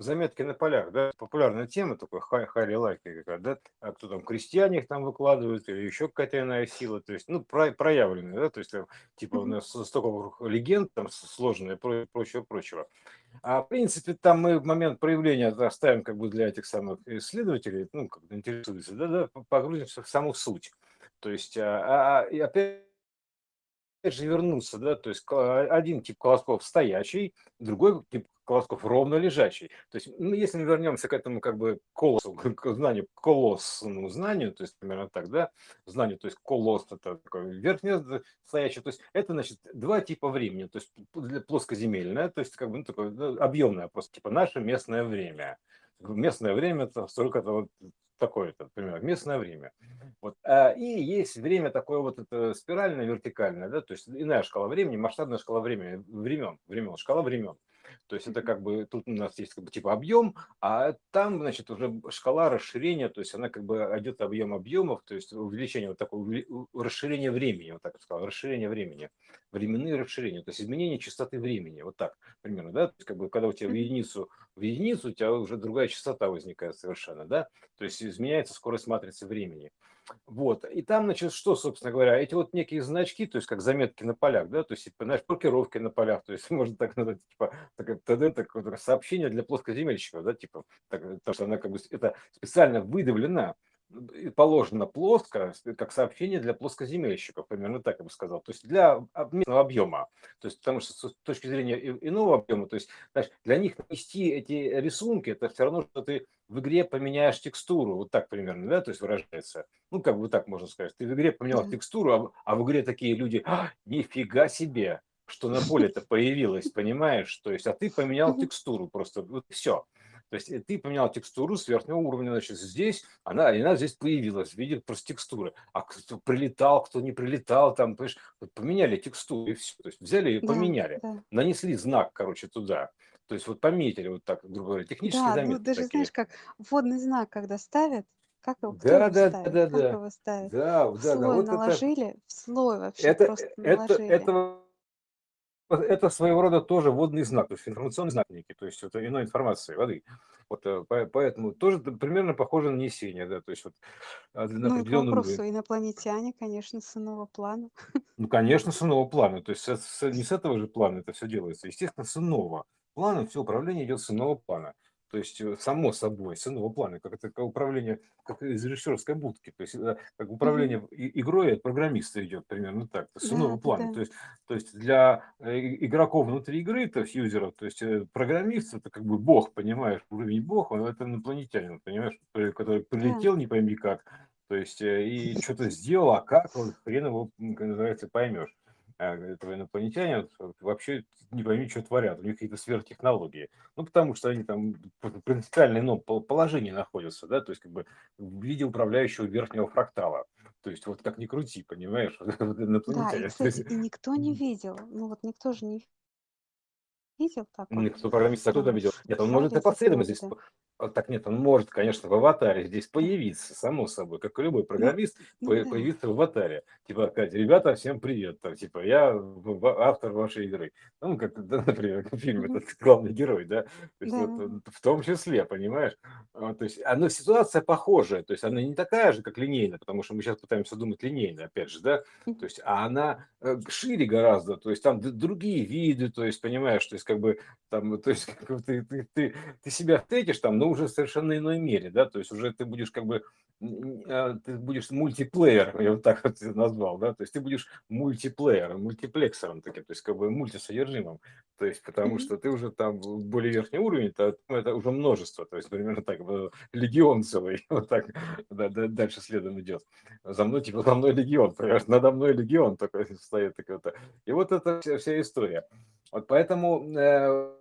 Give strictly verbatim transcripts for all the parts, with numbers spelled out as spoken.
заметки на полях, да, популярная тема, такой хай, хайли лайки какая, да, а кто там, крестьяне их там выкладывают, или еще какая-то иная сила, то есть, ну, про, проявленные, да, то есть, там, типа, у Мгм. нас столько вокруг легенд, там, с- сложные, про, прочего, прочего. А, в принципе, там мы в момент проявления оставим, как бы, для этих самых исследователей, ну, как бы интересуются, да, да, погрузимся в саму суть. То есть, а, а, и опять опять же вернуться, да, то есть ка- один тип колосков стоячий, другой тип колосков ровно лежачий. То есть, ну, если мы вернемся к этому как бы колоссу, к к знанию, колоссному знанию, то есть примерно так, да, знанию, то есть колосс это такое верхнее д- стоячее, то есть это, значит, два типа времени, то есть п- для- плоскоземельное, то есть как бы ну, такое ну, объемное, просто типа наше местное время. Местное время это столько-то вот такое-то, например, местное время. Вот. А, и есть время такое вот это спиральное, вертикальное, да, то есть иная шкала времени, масштабная шкала времени, времен, времен, шкала времен. То есть это Мгм. как бы, тут у нас есть как бы типа объем, а там, значит, уже шкала расширения, то есть она как бы идет объем объемов, то есть увеличение, вот такое увели- у- расширение времени, вот так я сказал, расширение времени, временные расширения, то есть изменение частоты времени, вот так примерно, да, то есть как бы когда у тебя в Мгм. единицу, в единицу у тебя уже другая частота возникает совершенно, да, то есть изменяется скорость матрицы времени. Вот. И там, значит, что, собственно говоря, эти вот некие значки, то есть как заметки на полях, да, то есть, типа, знаешь, маркировки на полях, то есть можно так назвать, типа, такое тэ дэ, такое такое сообщение для плоскоземельщиков, да, типа, так, э, потому что она как бы, с- это специально выдавлена и положено плоско, с- как сообщение для плоскоземельщиков, примерно так я бы сказал, то есть для об- местного объема, то есть потому что с точки зрения и- иного объема, то есть, знаешь, для них нанести эти рисунки, это все равно, что ты в игре поменяешь текстуру, вот так примерно, да, то есть выражается. Ну, как бы так можно сказать. Ты в игре поменял Да. текстуру, а, в а в игре такие люди: «А, нифига себе, что на поле-то появилось, понимаешь? То есть, а ты поменял Мгм. текстуру просто, вот все. То есть э, ты поменял текстуру с верхнего уровня, значит, здесь она, и она здесь появилась в виде просто текстуры. А кто прилетал, кто не прилетал, там, понимаешь, вот поменяли текстуру и все. То есть взяли и Да, поменяли, да. нанесли знак, короче, туда. То есть вот пометили вот так, грубо говоря, технические Да, ну заметки даже знаешь, такие. как водный знак, когда ставят, как его, кто Да, его да, да, ставит, да, как да. его ставят? Да, В да, да. слой Вот это наложили, в слой вообще Это просто э, это наложили. это это своего рода тоже водный знак, то есть информационный знак некий, то есть это иной информации, воды. Вот, э, по поэтому тоже д примерно похоже на несение, да, то есть вот, а, на Ну и к определенном уровне. вопросу инопланетяне, конечно, с иного плана. Ну, конечно, с иного плана, то есть с с не с этого же плана это все делается, естественно, с иного плана все управление идет с иного плана. То есть, э, само собой, с иного плана, как это как управление, как из режиссерской будки. То есть, э, как Мгм. управление и игрой от программиста идет примерно так, с иного плана. Да-да-да. То есть то есть для, э, и игроков внутри игры, то есть юзеров, то есть, э, программист- это как бы бог, понимаешь, уровень бог, он это инопланетянин, понимаешь, который который Да. Да. прилетел не пойми как, то есть, э, и что то сделал, а как, вот хрен его, м, как называется, поймешь. А, этого инопланетяне вот вообще не пойми, что творят. У них какие-то сверхтехнологии. Ну, потому что они там в принципиально ином пол- положении находятся, да, то есть как бы в виде управляющего верхнего фрактала. То есть вот как ни крути, понимаешь, вот Да, и, инопланетяне. То кстати, есть, и никто не видел, ну вот никто же не видел так ну, вот, никто программиста кто а, там видел? ш Нет, он может шарит за непосредственно кем-то, здесь... да. п- а, Так нет, он может, конечно, в аватаре здесь Да. появиться, само собой, как и любой Ну программист, ну по- да. появиться в аватаре. Типа сказать: ребята, всем привет, там, типа, я в- в- автор вашей игры. Ну, как, да, например, как в фильме Мгм. этот главный герой, да, то есть вот Да-да-да. он в том числе, понимаешь? А, То есть, она ситуация похожая, то есть она не такая же, как линейная, потому что мы сейчас пытаемся думать линейно, опять же, да, то Мгм. есть, а она э, шире гораздо, то есть там д- другие виды, то есть, понимаешь, то есть как бы там, то есть как бы ты, ты, ты, ты себя встретишь там, но уже в совершенно иной мере, да, то есть уже ты будешь как бы, м, а, ты будешь мультиплеер, я вот так вот это назвал, да, то есть ты будешь мультиплеером, мультиплексором таким, то есть как бы мультисодержимым, то есть потому Мгм. что ты уже там в более верхний уровень, то ну, это уже множество, то есть примерно так, э, легион целый, вот так, да, да, дальше следом идет. За мной, типа, за мной легион, понимаешь, надо мной легион такой стоит, такой вот. И вот это вся, вся история. Вот поэтому э,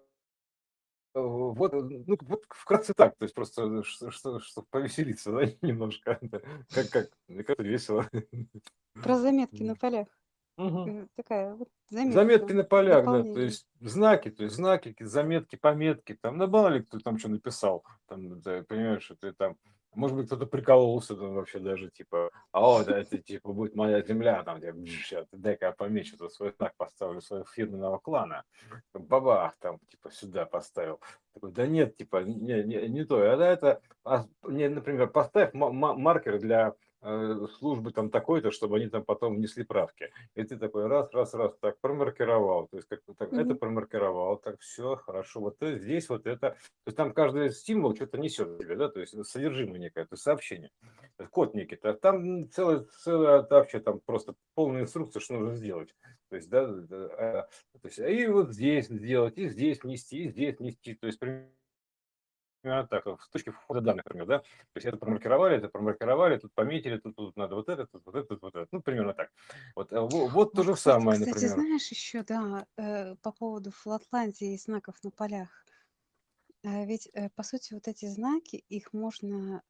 Э, вот, э, ну, вот вкратце так, то есть просто, что что что повеселиться, да, немножко, да. Как как мне кажется, весело. Про заметки на М. полях. Мгм. Э, такая вот заметка Заметки на полях, да, то дополнение. есть знаки, то есть знаки, какие заметки, пометки, там, ну, мало ли кто там что написал, там, да, понимаешь, что ты там Может быть, кто-то прикололся там вообще даже, типа, а вот это, типа, будет моя земля, там, где, сейчас, дай-ка я помечу, тут свой знак поставлю своего фирменного клана. Бабах, там, типа, сюда поставил. Такой, да нет, типа, не, не, не то. А да, это, а, мне, например, поставь ма- ма- маркер для э, службы там такой-то, чтобы они там потом внесли правки. И ты такой раз, раз, раз, так промаркировал, то есть как так, это Мгм. промаркировал, так все хорошо, вот это, здесь вот это, то есть там каждый символ что-то несет в себе, да, то есть содержимое некое, то есть сообщение, э, код некий, а там целая, целая вообще там просто полная инструкция, что нужно сделать, то есть, да, да, а, то есть, и вот здесь сделать, и здесь нести, и здесь нести, то есть примерно так, вот с точки входа данных, например, да, то есть это промаркировали, это промаркировали, тут пометили, тут, тут надо вот это, тут вот это, тут вот это, ну, примерно так. Вот, э, во- вот то Вот, же кстати, самое, кстати, например. знаешь, еще, да, э, по поводу Флатландии и знаков на полях. Э, ведь, э, по сути, вот эти знаки, их можно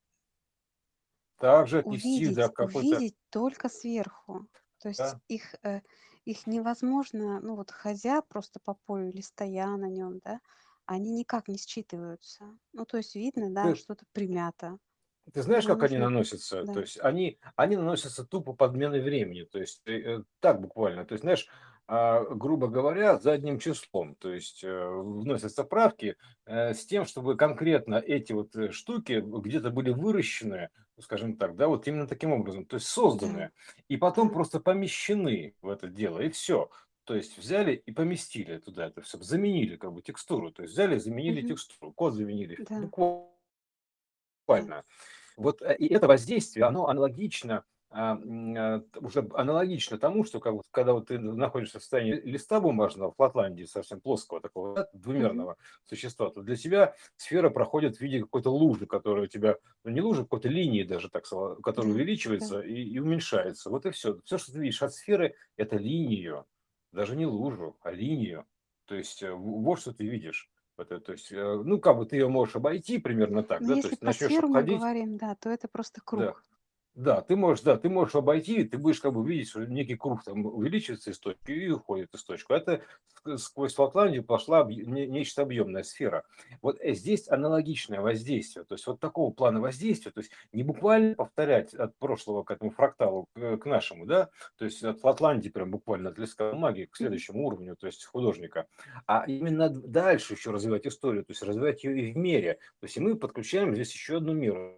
Также отнести, да, увидеть, в какой-то, увидеть только сверху. То есть да, их, э, их невозможно, ну вот ходя просто по полю или стоя на нем, да, они никак не считываются. Ну, то есть видно, да, ты, что-то примято. ты знаешь, Его как они нужно, наносятся? То да. есть они, они наносятся тупо подменой времени, то есть э, э, так буквально. То есть, знаешь, а, грубо говоря, задним числом. То есть э, вносятся правки э, с тем, чтобы конкретно эти вот э, штуки где-то были выращены, скажем так, да, вот именно таким образом, то есть Да, созданные, и потом да. просто помещены в это дело, и все. То есть взяли и поместили туда это все, заменили как бы текстуру, то есть взяли, заменили Мгм. текстуру, код заменили, Да, буквально. да. Вот, э, и это воздействие, оно аналогично, а, м, а, т уже аналогично тому, что как вот когда вот ты находишься в состоянии листа бумажного, флатландии, совсем плоского такого, да, Мгм. двумерного существа, то для тебя сфера проходит в виде какой-то лужи, которая у тебя, ну, не лужи, какой-то линии даже, так сказать, которая Да, да. увеличивается и и уменьшается. Вот и все. Все, что ты видишь от сферы- это линию, даже не лужу, а линию. То есть, э, в вот что ты видишь. Это, то есть, э, ну, как бы ты ее можешь обойти примерно так, Но да, то если есть про начнешь сферу мы обходить, говорим, да, то это просто да. круг. Да, ты можешь, да, ты можешь обойти, ты будешь как бы видеть, что некий круг там увеличивается из точки и уходит из точки. Это ск- сквозь Лапландию пошла объ- не- нечто объемная сфера. Вот э, здесь аналогичное воздействие, то есть вот такого плана воздействия, то есть не буквально повторять от прошлого к этому фракталу к, к нашему, да, то есть от Лапландии прям буквально от леска магии к Мгм. следующему уровню, то есть художника, а именно д- дальше еще развивать историю, то есть развивать ее и в мере. То есть и мы подключаем здесь еще одну меру,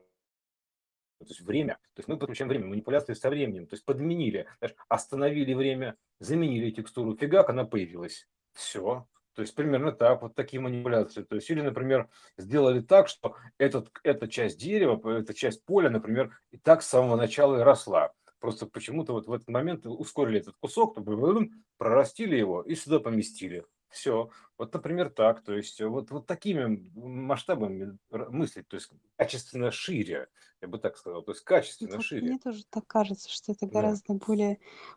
то есть время. То есть мы подключаем время, манипуляции со временем. То есть подменили, знаешь, остановили время, заменили текстуру, фигак, она появилась. Все. То есть примерно так, вот такие манипуляции. То есть, или, например, сделали так, что этот, эта часть дерева, эта часть поля, например, и так с самого начала и росла. Просто почему-то вот в этот момент ускорили этот кусок, прорастили его и сюда поместили. Все. Вот, например, так. То есть вот, вот такими масштабами р- мыслить, то есть качественно шире, я бы так сказал, то есть качественно Вот шире. мне тоже так кажется, что это Да. гораздо более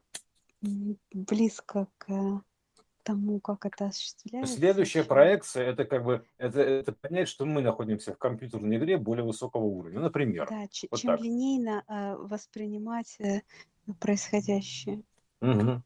м, близко к тому, как это осуществляется, Следующая чем, проекция это как бы это, это понять, что мы находимся в компьютерной игре более высокого уровня. Ну, например, да, че- вот чем так. линейно э, воспринимать э, происходящее. Угу.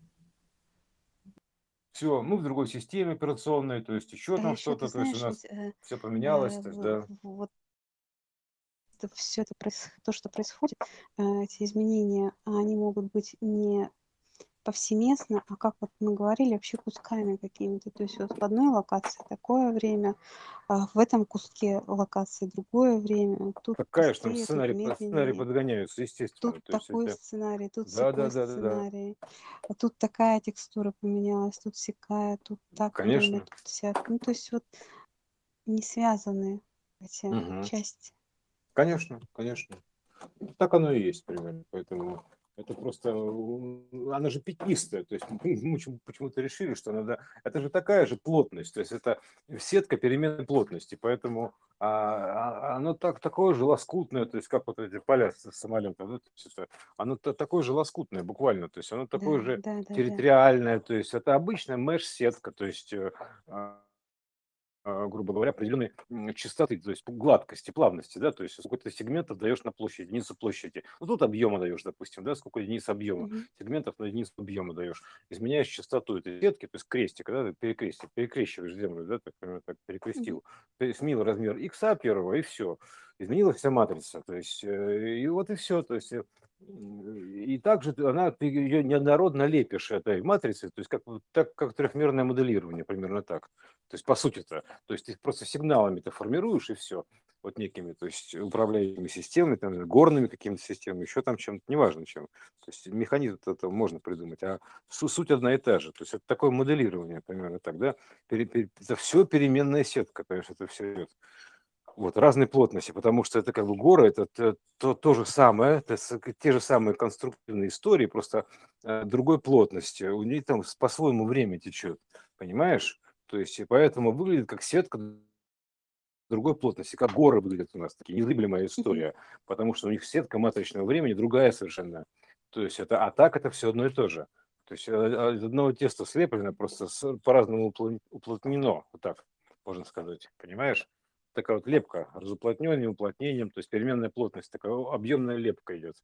Все, мы в другой системе операционной, то есть еще А там еще ты что-то, то есть у знаешь, нас ведь э, все поменялось, э, то есть, в- да. в- вот все это, проис- то, что происходит, э, эти изменения, они могут быть не повсеместно, а как вот мы говорили, вообще кусками какими-то. То есть вот в одной локации такое время, а в этом куске локации другое время, тут Так, конечно, там быстрее, тут сценарий, по- сценарий медленнее, подгоняются, тут естественно. То есть такой это, сценарий, тут да, сякой да, да, да, да, сценарий, а тут такая текстура поменялась, тут сякая, тут так время, конечно. тут сяк. Ну, то есть вот не связаны эти Мгм. части. Конечно, конечно. Так оно и есть примерно. Поэтому это просто, м, она же пятнистая. То есть мы чему- почему-то решили, что надо... Это же такая же плотность. То есть это сетка переменной плотности. Поэтому а, а, оно так, такое же лоскутное, то есть как вот эти поля с самолета. Да, то есть это, оно та- такое же лоскутное буквально. То есть оно Да, такое же да, да, да. территориальное. То есть это обычная меш-сетка. То есть э, а, а, грубо говоря, определенной м, частоты, то есть гладкости, плавности, да, то есть сколько ты сегментов даешь на площадь, единицу площади. Ну, тут объема даешь, допустим, да, сколько единиц объема, Мгм. сегментов на единицу объема даешь. Изменяешь частоту этой сетки, то есть крестика, да, ты перекрестие, перекрещиваешь землю, да, так, примерно так Мгм. перекрестил. То есть сменил размер икса первого, и все. Изменилась вся матрица, то есть, э, и вот и все, то есть, э, м, и также ты- она, ты ее неоднородно лепишь этой матрицей, то есть как, вот так, как трехмерное моделирование, примерно так. То есть, по сути-то, то есть ты просто сигналами это формируешь, и все. Вот некими, то есть управляющими системами, там, горными какими-то системами, еще там чем-то, неважно чем. То есть механизм это можно придумать, а су- суть одна и та же. То есть это такое моделирование, примерно так, да? Пере- пере- это все переменная сетка, конечно, это все идет. Вот, разной плотности, потому что это как бы горы, это то, то, то же самое, это с- те же самые конструктивные истории, просто э, другой плотности. У них там с- по-своему время течет, понимаешь? То есть, и поэтому выглядит как сетка другой плотности, как горы выглядят у нас, такие незыблемая Мгм. история, потому что у них сетка матричного времени другая совершенно. То есть это, а так это все одно и то же. То есть э, э, из одного теста слеплено, просто с- по-разному упло- уплотнено, вот так можно сказать, понимаешь? Такая вот лепка, разуплотнением, уплотнением, то есть переменная плотность, такая объемная лепка идет.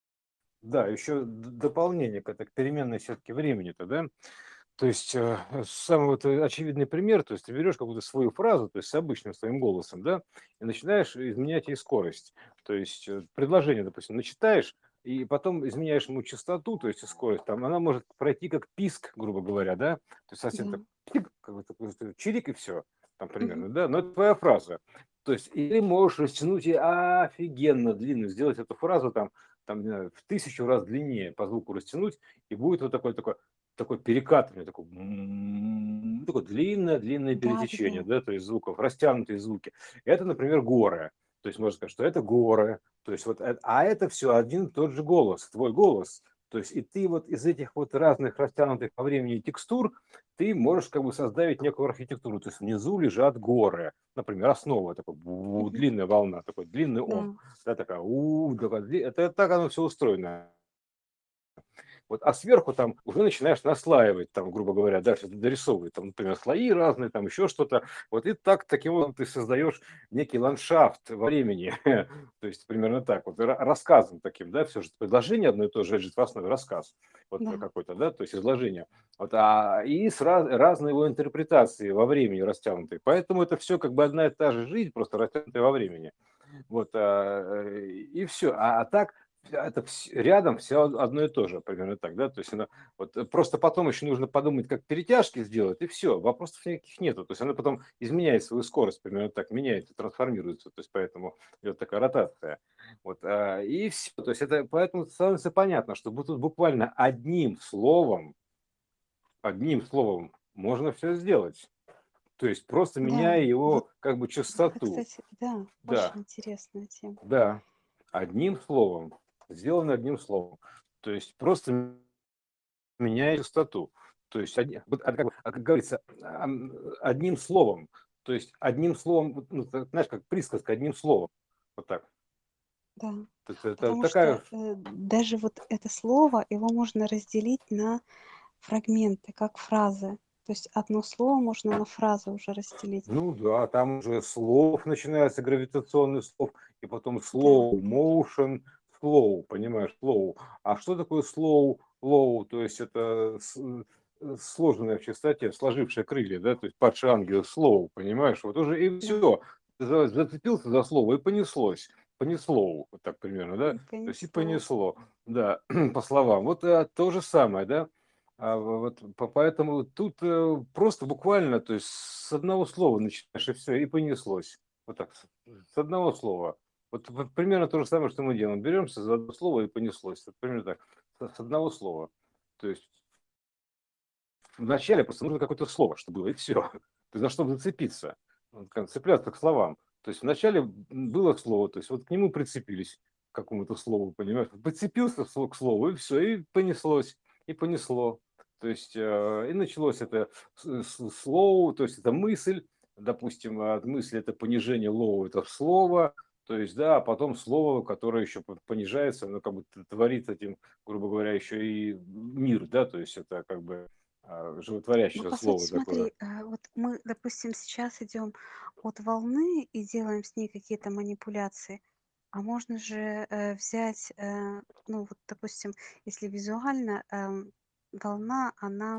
Да, еще д- дополнение к этой к переменной сетке времени-то, да? То есть, э, самый вот э, очевидный пример, то есть ты берешь какую-то свою фразу, то есть с обычным своим голосом, да, и начинаешь изменять ей скорость. То есть э, предложение, допустим, начитаешь, и потом изменяешь ему частоту, то есть и скорость, там она может пройти как писк, грубо говоря, да, то есть совсем так Да. чик, как бы такой, э, чирик и все, там Мгм. примерно, да, но это твоя фраза. То есть и ты можешь растянуть и офигенно длинную, сделать эту фразу там, там, не знаю, в тысячу раз длиннее по звуку растянуть, и будет вот такой такой такой перекатывание, такое, м, такое длинное-длинное Да-да-да. пересечение, да, то есть звуков, растянутые звуки. Это, например, горы. То есть можно сказать, что это горы. То есть вот, э- а это все один и тот же голос, твой голос. То есть и ты вот из этих вот разных растянутых по времени текстур, ты можешь как бы создать некую архитектуру. То есть внизу лежат горы. Например, основа, такой бу- Мгм. длинная волна, такой длинный ом. Да. Да, такая, у, такая дли- это так оно все устроено. Вот, а сверху там уже начинаешь наслаивать, там, грубо говоря, дальше дорисовывать, там, например, слои разные, там еще что-то. Вот и так, таким образом ты создаешь некий ландшафт во времени. То есть примерно так, вот ра- рассказом таким, да, все же предложение одно и то же лежит в основе, рассказ вот Да. какой-то, да, то есть изложение. Вот, а, и с раз- разные его интерпретации во времени растянутые. Поэтому это все как бы одна и та же жизнь, просто растянутая во времени. Вот, а, э, и все. А, а так это вс- рядом все одно и то же, примерно так, да, то есть она вот э, просто потом еще нужно подумать, как перетяжки сделать, и все, вопросов никаких нету, то есть она потом изменяет свою скорость, примерно так, меняется, трансформируется, то есть поэтому идет такая ротация, вот, а, и все, то есть это, поэтому становится понятно, что бу- тут буквально одним словом, одним словом можно все сделать, то есть просто Да. меняя Вот его как бы это, частоту, кстати, да, да. очень интересная тема. Да, одним словом, сделано одним словом. То есть просто меняет частоту. То есть, одни- вот, а как, бы, а как говорится, ам, одним словом. То есть одним словом, вот, ну, ты знаешь, как присказка, одним словом. Вот так. Да. То есть это Потому такая, что, э, даже вот это слово, его можно разделить на фрагменты, как фразы. То есть одно слово можно на фразы уже разделить. ну да, там уже слов начинается, гравитационный слов, и потом Да. slow motion, slow, понимаешь, slow. А что такое slow, low? То есть это с- э, сложная в частоте, сложившие крылья, да, то есть падший ангел, slow, понимаешь, вот уже и Да. все. Зацепился за слово и понеслось. Понесло, вот так примерно, да, И то есть и понесло. понесло, да, по словам. Вот э, то же самое, да, а вот по поэтому тут, э, просто буквально, то есть с одного слова начинаешь, и все и понеслось. Вот так, с с одного слова. Вот вот примерно то же самое, что мы делаем. Беремся за одно слово и понеслось. Вот примерно так. С с одного слова. То есть вначале просто нужно какое-то слово, чтобы было, и все. Ты за что зацепиться? Вот как цепляться к словам. То есть вначале, м, было слово, то есть вот к нему прицепились, к какому-то слову, понимаешь? Прицепился сло к слову, и все и понеслось, и понесло. То есть, э, и началось это с с слоу, то есть это мысль, допустим, а мысль- это понижение лоу- это слово, то есть, да, а потом слово, которое еще п понижается, оно как бы т творит этим, грубо говоря, еще и мир, да, то есть это как бы а, Ну, животворящее по сути, слово такое. смотри, э, вот мы, допустим, сейчас идем от волны и делаем с ней какие-то манипуляции, а можно же э, взять, э, ну вот, допустим, если визуально эм, волна, она,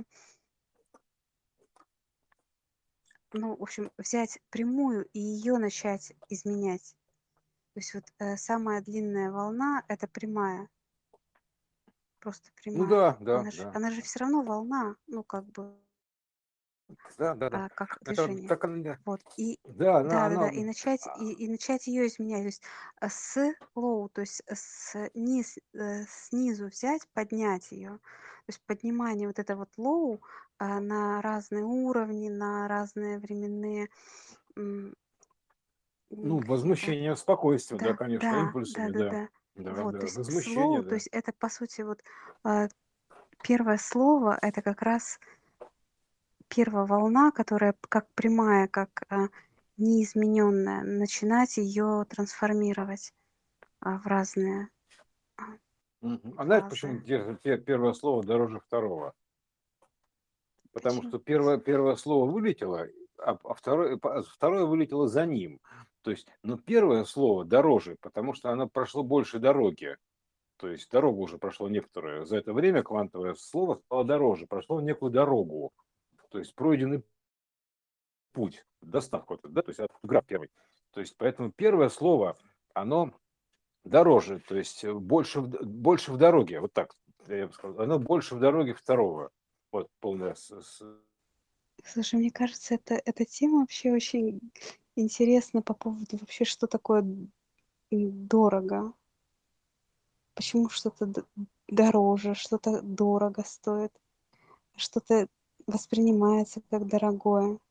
ну, в общем, взять прямую и ее начать изменять. То есть вот э, самая длинная волна– это прямая, просто Ну прямая. да, да, Она же, да. она же все равно волна, ну как бы, Да, да, да. а, как Это движение. так оно, да. Вот. И Да, она, да-да-да, она, и начать и и начать ее изменять. То есть, а, с low, то есть с низ э, снизу взять, поднять ее. То есть поднимание вот это вот low, а, на разные уровни, на разные временные, м, м, ну, какие-то. возмущение спокойствия, да, Да, конечно, да, импульсами, да. да-да-да. Да, Вот, то да, есть возмущение, slow, то да. есть это, по сути, вот, а, первое слово- это как раз первая волна, которая как прямая, как, а, неизмененная, начинать ее трансформировать, а, в разные, а, Мгм. А знаешь, почему фазы. пер- пер- первое слово дороже второго? Потому Почему? что первое, первое слово вылетело, а, а второе, па- второе вылетело за ним. То есть, но первое слово дороже, потому что оно прошло больше дороги. То есть дорогу уже прошло некоторое. За это время квантовое слово стало дороже, прошло некую дорогу. То есть пройденный путь, доставку, вот, да, то есть граф первый. То есть поэтому первое слово, оно дороже, то есть э, больше, в д- больше в дороге, вот так я бы сказал. Оно больше в дороге второго. Вот полная с- с- Слушай, мне кажется, это эта тема вообще очень интересна по поводу вообще, что такое д дорого. Почему что-то д дороже, что-то дорого стоит, что-то воспринимается как дорогое.